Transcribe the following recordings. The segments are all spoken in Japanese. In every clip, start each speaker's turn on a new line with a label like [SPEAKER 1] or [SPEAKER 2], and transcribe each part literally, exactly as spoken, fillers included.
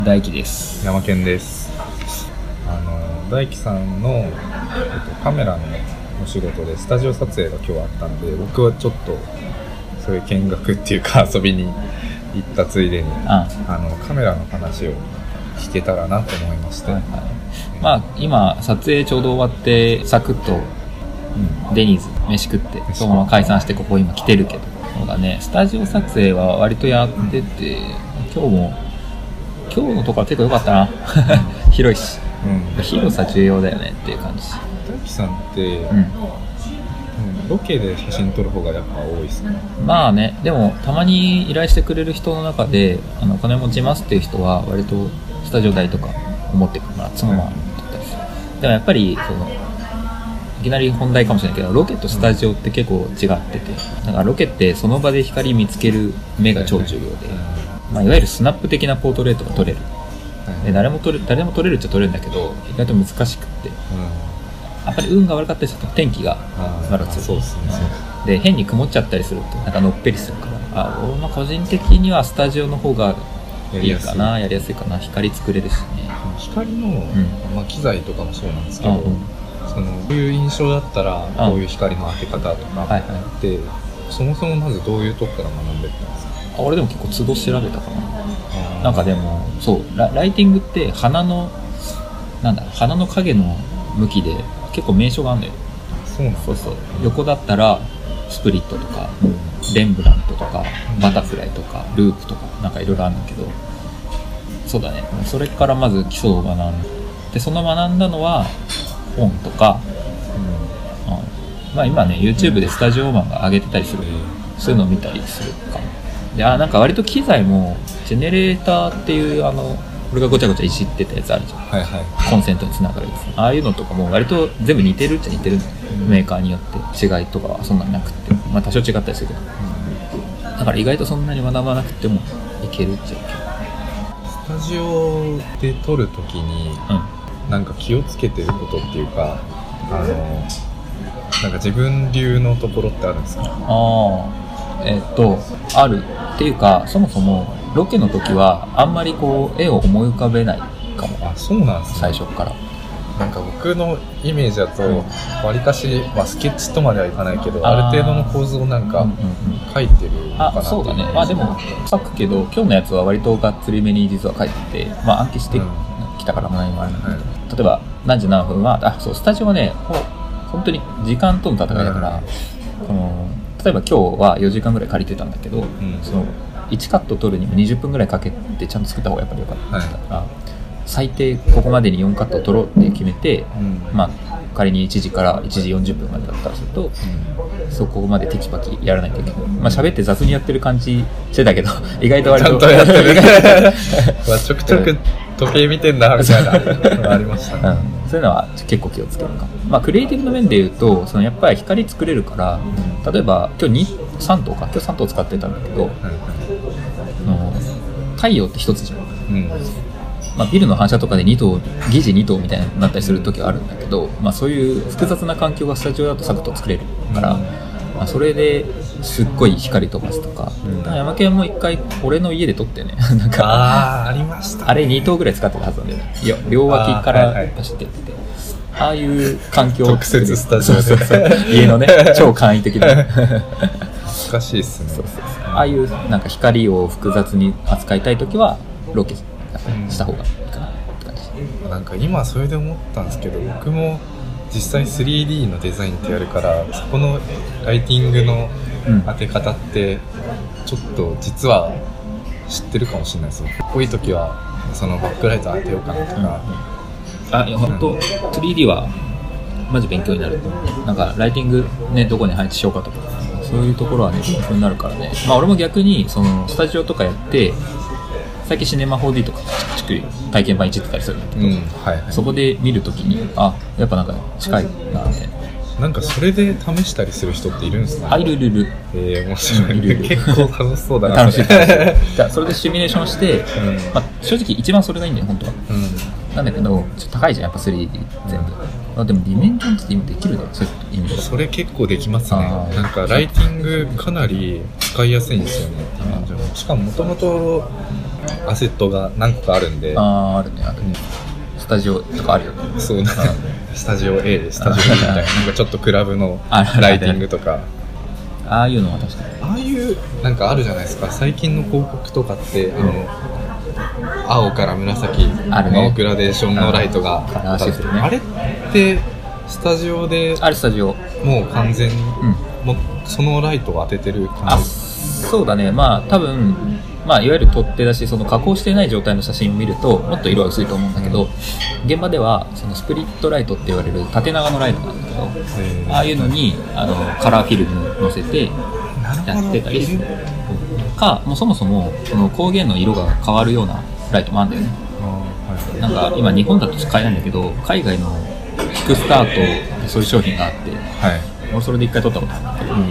[SPEAKER 1] 大輝です。
[SPEAKER 2] 山健です。あの大輝さんの、えっと、カメラのお仕事でスタジオ撮影が今日あったんで、僕はちょっとそういう見学っていうか遊びに行ったついでにああのカメラの話を聞けたらなと思いまして、はいはい、
[SPEAKER 1] まあ今撮影ちょうど終わってサクッと、うん、デニーズ飯食ってそのまま解散してここ今来てるけど、そうだね、スタジオ撮影は割とやってて、今日も今日のところは結構良かったな広いし、うん、広さ重要だよねっていう感じ。
[SPEAKER 2] 大輝さんって、うんうん、ロケで写真撮る方がやっぱ多いですね。
[SPEAKER 1] まあね、でもたまに依頼してくれる人の中であのお金持ちますっていう人は割とスタジオ代とか思ってもらってそのまま撮ったりする。でもやっぱりそのいきなり本題かもしれないけど、ロケとスタジオって結構違ってて、だからロケってその場で光見つける目が超重要で、まあ、いわゆるスナップ的なポートレートが撮れる、で誰も撮れ誰も撮れるっちゃ撮れるんだけど意外と難しくって、やっぱり運が悪かったりすると天気が悪くする。そうですね。で変に曇っちゃったりするとなんかのっぺりするから、あ俺も個人的にはスタジオの方がいいかな、やりやすいかな、光作れるしね。
[SPEAKER 2] 光の、うんまあ、機材とかもそうなんですけど、うん、そのこういう印象だったらこういう光の当て方とか、はいはい、でそもそもまずどういうとこから学んでったんですか？
[SPEAKER 1] あ俺でも結構都度調べたかな。なんかでもそうラ、ライティングって花のなんだ花の影の向きで結構名称があるんだよ。
[SPEAKER 2] そうなん
[SPEAKER 1] そうそう、横だったらスプリットとか、うん、レンブラントとか、うん、バタフライとかループとかなんかいろいろあるんだけど、そうだね、それからまず基礎を学んで、その学んだのは本とか、うんうん、まあ今ね YouTube でスタジオマンが上げてたりする、うん、そういうのを見たりするかも。であなんか割と機材もジェネレーターっていうあの俺がごちゃごちゃいじってたやつあるじゃん、はいはい、コンセントにつながるやつ、ああいうのとかも割と全部似てるっちゃ似てるんだよ、うん、メーカーによって違いとかはそんなになくて、まあ多少違ったりするけど、うん、だから意外とそんなに学ばなくてもいけるっちゃいける。
[SPEAKER 2] スタジオで撮るときに、うん、なんか気をつけてることっていうか、あのなんか自分流のところってあるんですか？
[SPEAKER 1] あえー、っとあるっていうか、そもそもロケの時はあんまりこう絵を思い浮かべないかも。あ、
[SPEAKER 2] そうなんですね。
[SPEAKER 1] 最初から。
[SPEAKER 2] なんか僕のイメージだとわりかし、まあ、スケッチとまではいかないけど、ある程度の構図をなんか描いてるのかなって。
[SPEAKER 1] あ、そうだね。まあでも描くけど、今日のやつは割とがっつりめに実は描いてて、まあ暗記してきたから何もあるんだけど、うん、例えば何時何分は、あ、そうスタジオはね、本当に時間との戦いだから、うん、この例えば今日はよじかんぐらい借りてたんだけど、うん、そのいちカット撮るにもにじゅっぷんぐらいかけてちゃんと作った方がやっぱり良かったから、はい、最低ここまでによんカット撮ろうって決めて、うん、まあ仮にいちじからいちじよんじゅっぷんまでだったらすると、うん、そこまでテキパキやらないといけない。まあ喋って雑にやってる感じしてたけど意外と割と
[SPEAKER 2] ちゃんとやってるちょくちょく時計見てんだみたいなのがありましたね、
[SPEAKER 1] うん、そういうのは結構気をつけるかも。まあクリエイティブの面で言うと、そのやっぱり光作れるから、うん、例えば今日にさんとうか今日さんとう使ってたんだけど、うん、の太陽って一つじゃん、うんまあ、ビルの反射とかでにとう疑似にとうみたいになったりする時はあるんだけど、まあ、そういう複雑な環境がスタジオだとサクッと作れるから、うんまあ、それですっごい光飛ばすとか、うん、だから山県も一回俺の家で撮ってねなんか
[SPEAKER 2] あ, あ, りました、ね、あ
[SPEAKER 1] れにとうぐらい使ってたはずなんだよね。いや両脇から走ってってて、あ, はいはい、ああいう環境を
[SPEAKER 2] 特設スタジオで
[SPEAKER 1] そうそうそう家のね超簡易的な
[SPEAKER 2] 難しいっすね。そうそうそう、
[SPEAKER 1] ああいうなんか光を複雑に扱いたいときはロケした方がいいかなって感じ、
[SPEAKER 2] うん、なんか今それで思ったんですけど、僕も実際 スリーディー のデザインってやるから、そこのライティングの当て方ってちょっと実は知ってるかもしれないですよ。こういう時はそのバックライト当てようかなとか、うんうん、
[SPEAKER 1] あいや本当 スリーディー はマジ勉強になる。なんかライティングねどこに配置しようかとかそういうところはね勉強になるからね。まあ俺も逆にそのスタジオとかやって最近シネマ フォーディー とかチクチク体験版いじってたりするんだけど、うんはいはい、そこで見るときにあやっぱなんか近いなみたいな。
[SPEAKER 2] なんかそれで試したりする人っているんですか？
[SPEAKER 1] あいるいるいる。
[SPEAKER 2] えー、面白い。いるいる結構楽しそうだな。
[SPEAKER 1] 楽しい楽しい。じゃあそれでシミュレーションして、うんまあ、正直一番それがいいんだよ本当は、うん、なんだけどちょっと高いじゃんやっぱ スリーディー 全部、うん、あでもディメンションって今できるね。そういう意味で
[SPEAKER 2] それ結構できますね。なんかライティングかなり使いやすいんですよねディメンション。しかももともとアセットが何個かあるんで。
[SPEAKER 1] ああ、あるね、あるね。スタジオとかあるよね。
[SPEAKER 2] そうなんかスタジオ A、スタジオ B みたいな、なんかちょっとクラブのライティングとか。
[SPEAKER 1] ああいうのは確かに。
[SPEAKER 2] ああいうなんかあるじゃないですか。最近の広告とかって、あの青から紫のグラデーションのライトがあったんですけど、あれってスタジオで、
[SPEAKER 1] あれスタジオ
[SPEAKER 2] もう完全に、
[SPEAKER 1] うん、
[SPEAKER 2] もうそのライトを当ててる感じ。
[SPEAKER 1] あ、そうだね。まあ多分、まあいわゆる取っ手だし、その加工していない状態の写真を見るともっと色は薄いと思うんだけど、うん、現場ではそのスプリットライトって言われる縦長のライトなんだけど、ああいうのにあのカラーフィルム乗せてやってたりするか、もうそもそもその光源の色が変わるようなライトもあるんだよね。はい、なんか今日本だと使えないんだけど、海外のキックスタートそういう商品があって、はい、俺それで一回撮ったことあるんだけど、うん、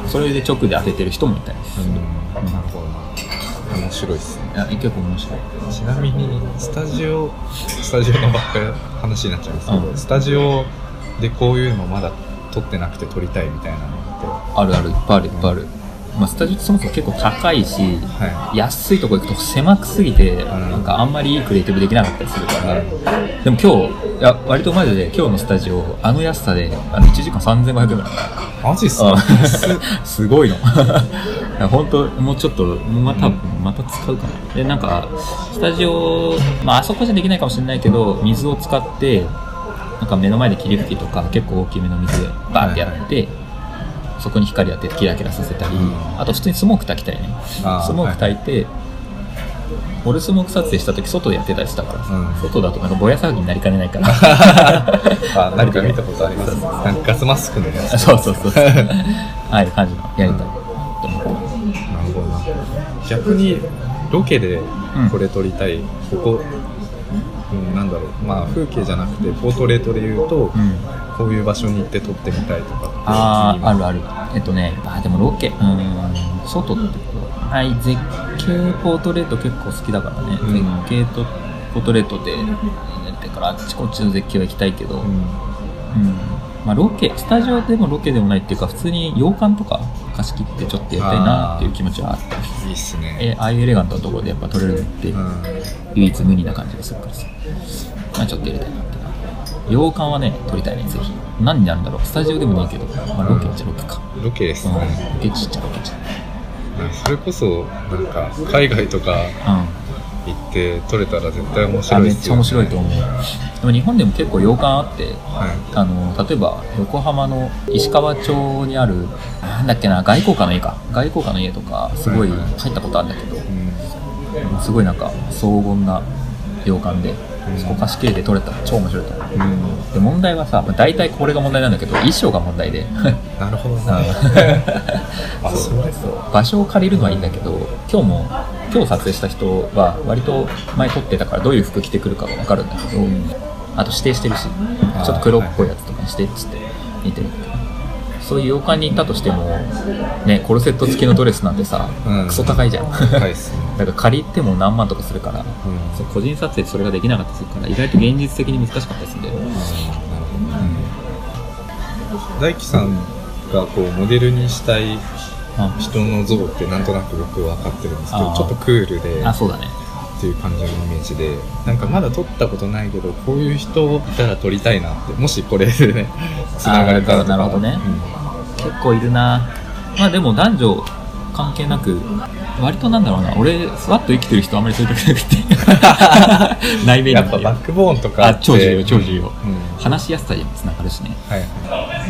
[SPEAKER 1] それで直で当ててる人もいたりする。うん、
[SPEAKER 2] なるほどな。面白いっすね。
[SPEAKER 1] いや、結構面白い。
[SPEAKER 2] ちなみにスタジオスタジオのばっかり話になっちゃうんですけど、うん、スタジオでこういうのまだ撮ってなくて撮りたいみたいなのって
[SPEAKER 1] あるある、いっぱいあるいっぱいある。まあ、スタジオってそもそも結構高いし、はい、安いとこ行くと狭くすぎて、うん、なんかあんまりいいクリエイティブできなかったりするから、うん、でも今日いや割とマジで今日のスタジオあの安さであのいちじかんさんぜんごひゃくえんぐらい。
[SPEAKER 2] マジっすか？
[SPEAKER 1] すごいの。本当もうちょっとまた、うん、また使うかな。でなんかスタジオ、まああそこじゃできないかもしれないけど、水を使ってなんか目の前で霧吹きとか結構大きめの水でバーってやって、はいはい、そこに光当ててキラキラさせたり、うん、あと普通にスモーク焚きたりね。スモーク焚いて、はい、俺スモーク撮影した時外でやってたりしたから、うん、外だとなんかぼや騒ぎになりかねないから。
[SPEAKER 2] あ、何か見たことあります。なんかガスマスクのやつ。
[SPEAKER 1] そうそうそうそう。ああいう感じのやりたい、うん、と思って。
[SPEAKER 2] なるほどな。逆にロケでこれ撮りたい、うん、ここ、うん、なんだろう、まあ風景じゃなくてポートレートで言うと、うん、こういう場所に行って撮ってみたいとか。
[SPEAKER 1] ああ、あるある。えっとね、あでもロケ、うん、外ってこと。はい、絶景ポートレート結構好きだからね。うん、絶景とポートレートで、だからあっちこっちの絶景は行きたいけど、うん、うん、まあロケ、スタジオでもロケでもないっていうか、普通に洋館とか貸し切ってちょっとやりたいなっていう気持ちはあった。
[SPEAKER 2] いいっすね。
[SPEAKER 1] え、ああいうエレガントなところでやっぱ撮れるのって、うん、唯一無二な感じがするからさ。まあちょっとやりたいなって。洋館はね、撮りたいね、ぜひ。何になるんだろう、スタジオでもねえけど、まあ、ロケっちゃロケか。
[SPEAKER 2] ロケですね。
[SPEAKER 1] うん、ロケちっちゃロケちゃ。
[SPEAKER 2] それこそ、なんか、海外とか行って撮れたら絶対面白いですよね。
[SPEAKER 1] めっちゃ面白いと思う。でも日本でも結構洋館あって、はい、あの、例えば横浜の石川町にある、なんだっけな、外交家の家か。外交家の家とか、すごい入ったことあるんだけど、はいはい、すごいなんか荘厳な洋館で、そこ貸し切りで撮れたら超面白いと思う、うん、で問題はさ、大体これが問題なんだけど衣装が問題で。
[SPEAKER 2] なるほどね。あ、そうです。
[SPEAKER 1] 場所を借りるのはいいんだけど、今日も今日撮影した人は割と前撮ってたからどういう服着てくるかが分かるんだけど、うん、あと指定してるし、ちょっと黒っぽいやつとかにしてっつって似てるんだけど、そういう洋館に行ったとしてもね、コルセット付きのドレスなんてさ、うん、クソ高いじゃん。高いっすね。だから借りても何万とかするから、うん、そう個人撮影でそれができなかったりするから、意外と現実的に難しかったりするんだよね。うん、なるほどね。
[SPEAKER 2] 大輝さんがこうモデルにしたい人の像ってなんとなく僕は分かってるんですけど、ちょっとクールで、
[SPEAKER 1] あ、そうだね。
[SPEAKER 2] っていう感じのイメージで、なんかまだ撮ったことないけどこういう人いたら撮りたいなって、もしこれでねつながれたらとか。
[SPEAKER 1] なるほどね、うん、結構いるな。まあでも男女関係なく割となんだろうな、俺ふわっと生きてる人あんまりそういう時なくて内面に
[SPEAKER 2] やっぱバックボーンとか
[SPEAKER 1] あ超重要超重要、うん、話しやすさにもつながるしね、はい、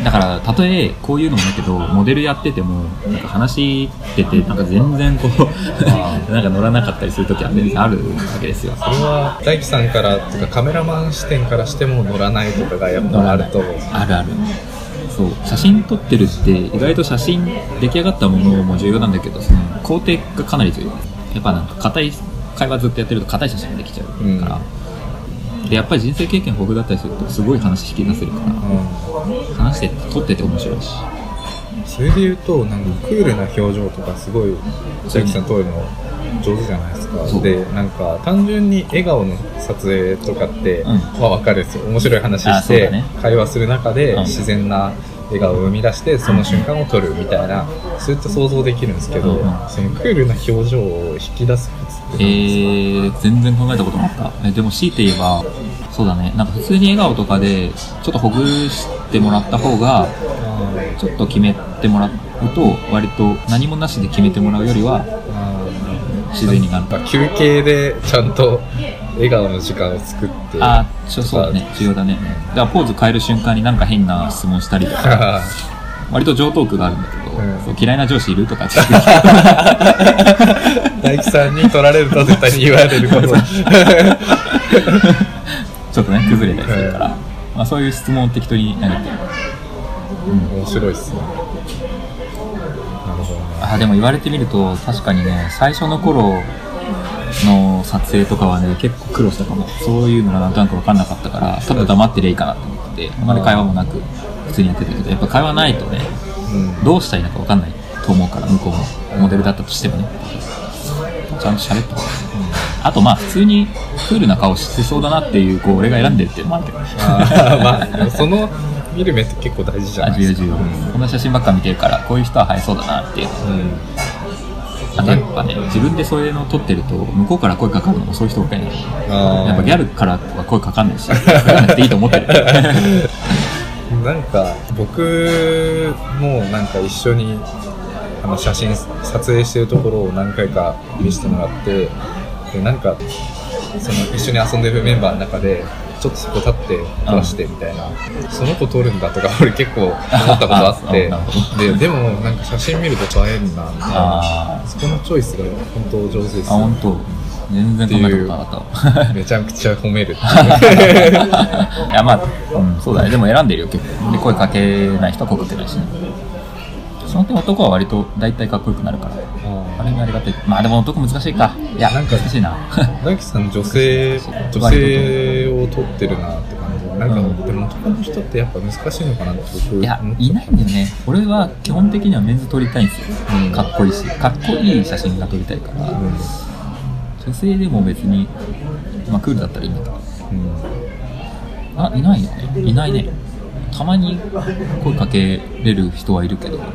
[SPEAKER 1] だからたとえこういうのもだけどモデルやっててもなんか話しててなんか全然こうなんか乗らなかったりする時は全然あるわけですよ。
[SPEAKER 2] それは大輝さんからとかカメラマン視点からしても乗らないとかがやっぱあると
[SPEAKER 1] あるある。そう写真撮ってるって意外と写真出来上がったものも重要なんだけど、その工程がかなり重要。やっぱなんか硬い会話ずっとやってると硬い写真ができちゃうから、うん、でやっぱり人生経験豊富だったりするとすごい話引き出せるから、うん、話して撮ってて面白いし。
[SPEAKER 2] それで言うとなんかクールな表情とかすごい大輝さん撮るの上手じゃないですか。でなんか単純に笑顔の撮影とかって、うん、まあ分かるんですよ。面白い話して、ね、会話する中で自然な笑顔を生み出してその瞬間を撮るみたいな、そういった想像できるんですけど、
[SPEAKER 1] うん、
[SPEAKER 2] そのクールな表情を引き出すコツって、
[SPEAKER 1] えー、全然考えたことなかった。えでも強いて言えばそうだね、なんか普通に笑顔とかでちょっとほぐしてもらった方がちょっと決めてもらうと割と何もなしで決めてもらうよりは自然になる。
[SPEAKER 2] 休憩でちゃんと笑顔の時間を作って、
[SPEAKER 1] ああそうだね、重要だね。だからポーズ変える瞬間になんか変な質問したりとか割と上トークがあるんだけど、うん、そう嫌いな上司いるとかって
[SPEAKER 2] 大樹さんに取られると絶対に言われること
[SPEAKER 1] ちょっとね崩れたりするから、うん、まあ、そういう質問を適当に投げて、
[SPEAKER 2] うん、面白いっすね。なるほどね。
[SPEAKER 1] あでも言われてみると確かにね、最初の頃の撮影とかはね結構苦労したかも。そういうのがなんとなく分かんなかったからちょっと黙ってりゃいいかなと思ってて、あまり会話もなく普通にやってたけど、やっぱ会話ないとね、うん、どうしたらいいのか分かんないと思うから、向こうもモデルだったとしてもねちゃんと喋ってほしい、うん、あとまあ普通にクールな顔してそうだなっていうこう俺が選んでるっていうのもあるけど、
[SPEAKER 2] あまあその見る目って結構大事じゃないですか。
[SPEAKER 1] 重要重要、うん、こんな写真ばっか見てるからこういう人は生えそうだなっていう、うん、あとやっぱね、自分でそういうのを撮ってると向こうから声かかるのもそういう人ばっかりなの。やっぱギャルからは声かかんないしかかんなくていいと思ってる
[SPEAKER 2] なんか僕もなんか一緒にあの写真撮影してるところを何回か見せてもらって、でなんかその一緒に遊んでるメンバーの中でちょっとそこ立って撮らしてみたいな、うん、その子撮るんだとか俺結構思ったことあってで, でもなんか写真見ると映えるなみたいな、そこのチョイスが本当上手ですね。
[SPEAKER 1] あ本当全然考えたことなかった
[SPEAKER 2] めちゃくちゃ褒めるい
[SPEAKER 1] やまあ、うん、そうだね。でも選んでるよ結構で、声かけない人は声かけないし、ね、その点男は割と大体かっこよくなるから、あれにありがたい。まあでも男難しいか。いやなんか難しいな
[SPEAKER 2] 大樹さん女性女性を撮ってるなって感じ。なんか、うん、でも男の人ってやっぱ難しいのかなって僕
[SPEAKER 1] いやいないんだよね。俺は基本的にはメンズ撮りたいんですよ、うん、かっこいいしかっこいい写真が撮りたいから、うん、女性でも別に、まあ、クールだったらいいんだけど、うん、あいないよね。いないね。たまに声かけれる人はいるけど、うん、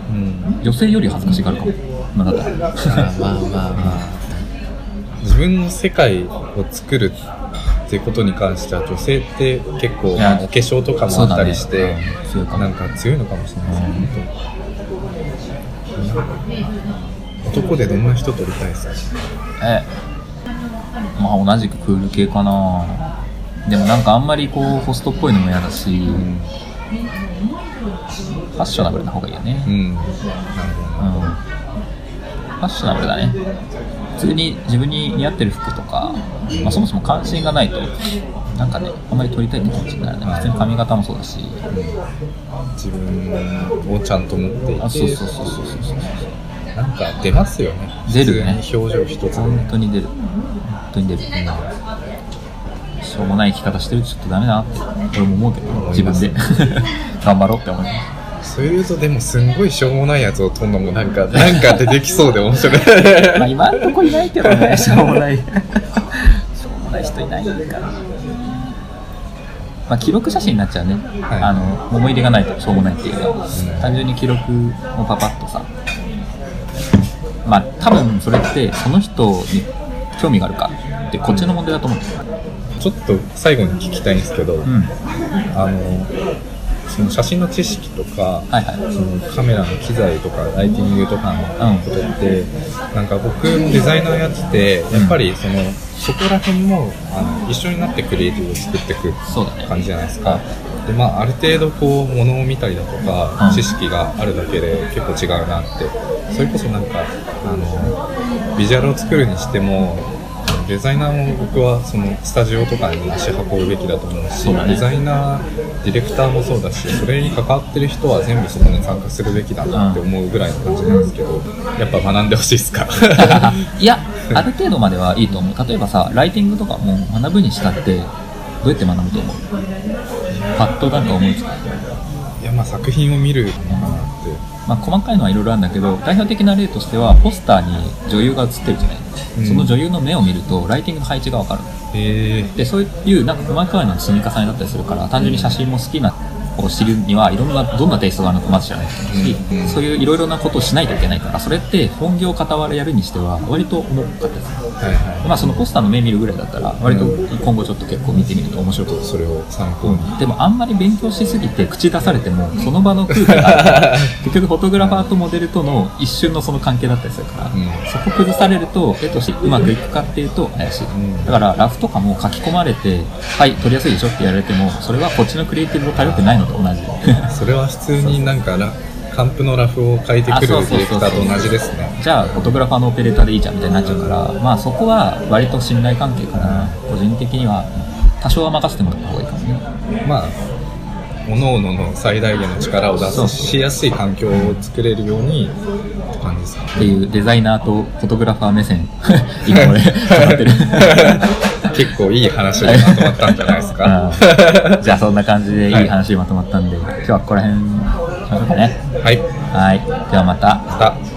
[SPEAKER 1] 女性より恥ずかしがるかも。まあ、だった
[SPEAKER 2] あまあまあまあ自分の世界を作るっていうことに関しては女性って結構、まあ、お化粧とかもあったりして、ね、うん、なんか強いのかもしれないですね、うん、男でどんな人撮りたいですか？
[SPEAKER 1] えまあ同じくクール系かな。でもなんかあんまりこうホストっぽいのも嫌だし、うん、ファッショナブルな方がいいよね。うん、なるほど、うん、ファッショナブルだね。普通に自分に似合ってる服とか、まあ、そもそも関心がないとなんかねあんまり撮りたいって気持ちにならない。普通に髪型もそうだし、
[SPEAKER 2] 自分をちゃんと持っていて、
[SPEAKER 1] あそうそうそうそうそうそう
[SPEAKER 2] なんか出ますよね。
[SPEAKER 1] 出るね。
[SPEAKER 2] 表情一つで
[SPEAKER 1] 本当に出る。本当に出る、うん、しょうもない生き方してるとちょっとダメだなって俺も思うけど自分で頑張ろうって思います。
[SPEAKER 2] そういうとでもすんごいしょうもないやつを撮るのもなんかなんか出てきそうで面白い
[SPEAKER 1] まあ今んとこいないけどねしょうもないしょうもない人いないから、まあ、記録写真になっちゃうね、はい、あの思い入れがないとしょうもないっていうか、うん、単純に記録をパパッとさ、まあ多分それってその人に興味があるかってこっちの問題だと思うんですよ。
[SPEAKER 2] ちょっと最後に聞きたいんですけど、うん、あのその写真の知識とか、はいはい、そのカメラの機材とかライティングとかのことって、うん、なんか僕もデザイナーやっててやっぱりその、うん、そこら辺もあの一緒になってクリエイティブを作っていく感じじゃないですか。で、まあ、ある程度こう物を見たりだとか、うん、知識があるだけで結構違うなって。それこそなんかあのビジュアルを作るにしてもデザイナーも僕はそのスタジオとかに足運ぶべきだと思うし、ね、デザイナー、ディレクターもそうだし、それに関わってる人は全部そこに参加するべきだなって思うぐらいの感じなんですけど、やっぱ学んでほしいですか？
[SPEAKER 1] いや、ある程度まではいいと思う。例えばさ、ライティングとかも学ぶにしたってどうやって学ぶと思う？パッとなんか思いつく？
[SPEAKER 2] いや、まあ作品を見るのかなって。
[SPEAKER 1] まあ、細かいのはいろいろあるんだけど、代表的な例としてはポスターに女優が写ってるじゃない、うん、その女優の目を見るとライティングの配置が分かる。へー。でそういうなんか細かいのの積み重ねだったりするから、単純に写真も好きなを知るにはいろんなどんなテイストがあるのかまず知らないといけないし、
[SPEAKER 2] うんうん、
[SPEAKER 1] そういういろいろなことをしないといけないから、それって本業傍らやるにしては割と重かったですね、はいはい、まあそのポスターの目見るぐらいだったら割と今後ちょっと結構見てみると面白いと、
[SPEAKER 2] それを参考に、
[SPEAKER 1] でもあんまり勉強しすぎて口出されてもその場の空気が結局フォトグラファーとモデルとの一瞬のその関係だったりするから、うん、そこ崩されると絵としてうまくいくかっていうと怪しい、うん、だからラフとかも書き込まれてはい撮りやすいでしょって言われてもそれはこっちのクリエイティブを頼ってないのと同じ
[SPEAKER 2] それは普通になんかラカンプのラフを書いてくるディレクターと同じですね。
[SPEAKER 1] じゃあフォトグラファーのオペレーターでいいじゃんみたいになっちゃうから、まあそこは割と信頼関係かな、個人的には多少は任せてもらった方がいいかもね。
[SPEAKER 2] まあ各々の最大限の力を出すしやすい環境を作れるようにって感じですかね。
[SPEAKER 1] っていうデザイナーとフォトグラファー目線今俺変わってる
[SPEAKER 2] 結構いい話でまとまったんじゃないですか
[SPEAKER 1] じゃあそんな感じでいい話でまとまったんで、はい、今日はここら辺にしましょうかね。
[SPEAKER 2] はい、
[SPEAKER 1] はい、ではまた
[SPEAKER 2] また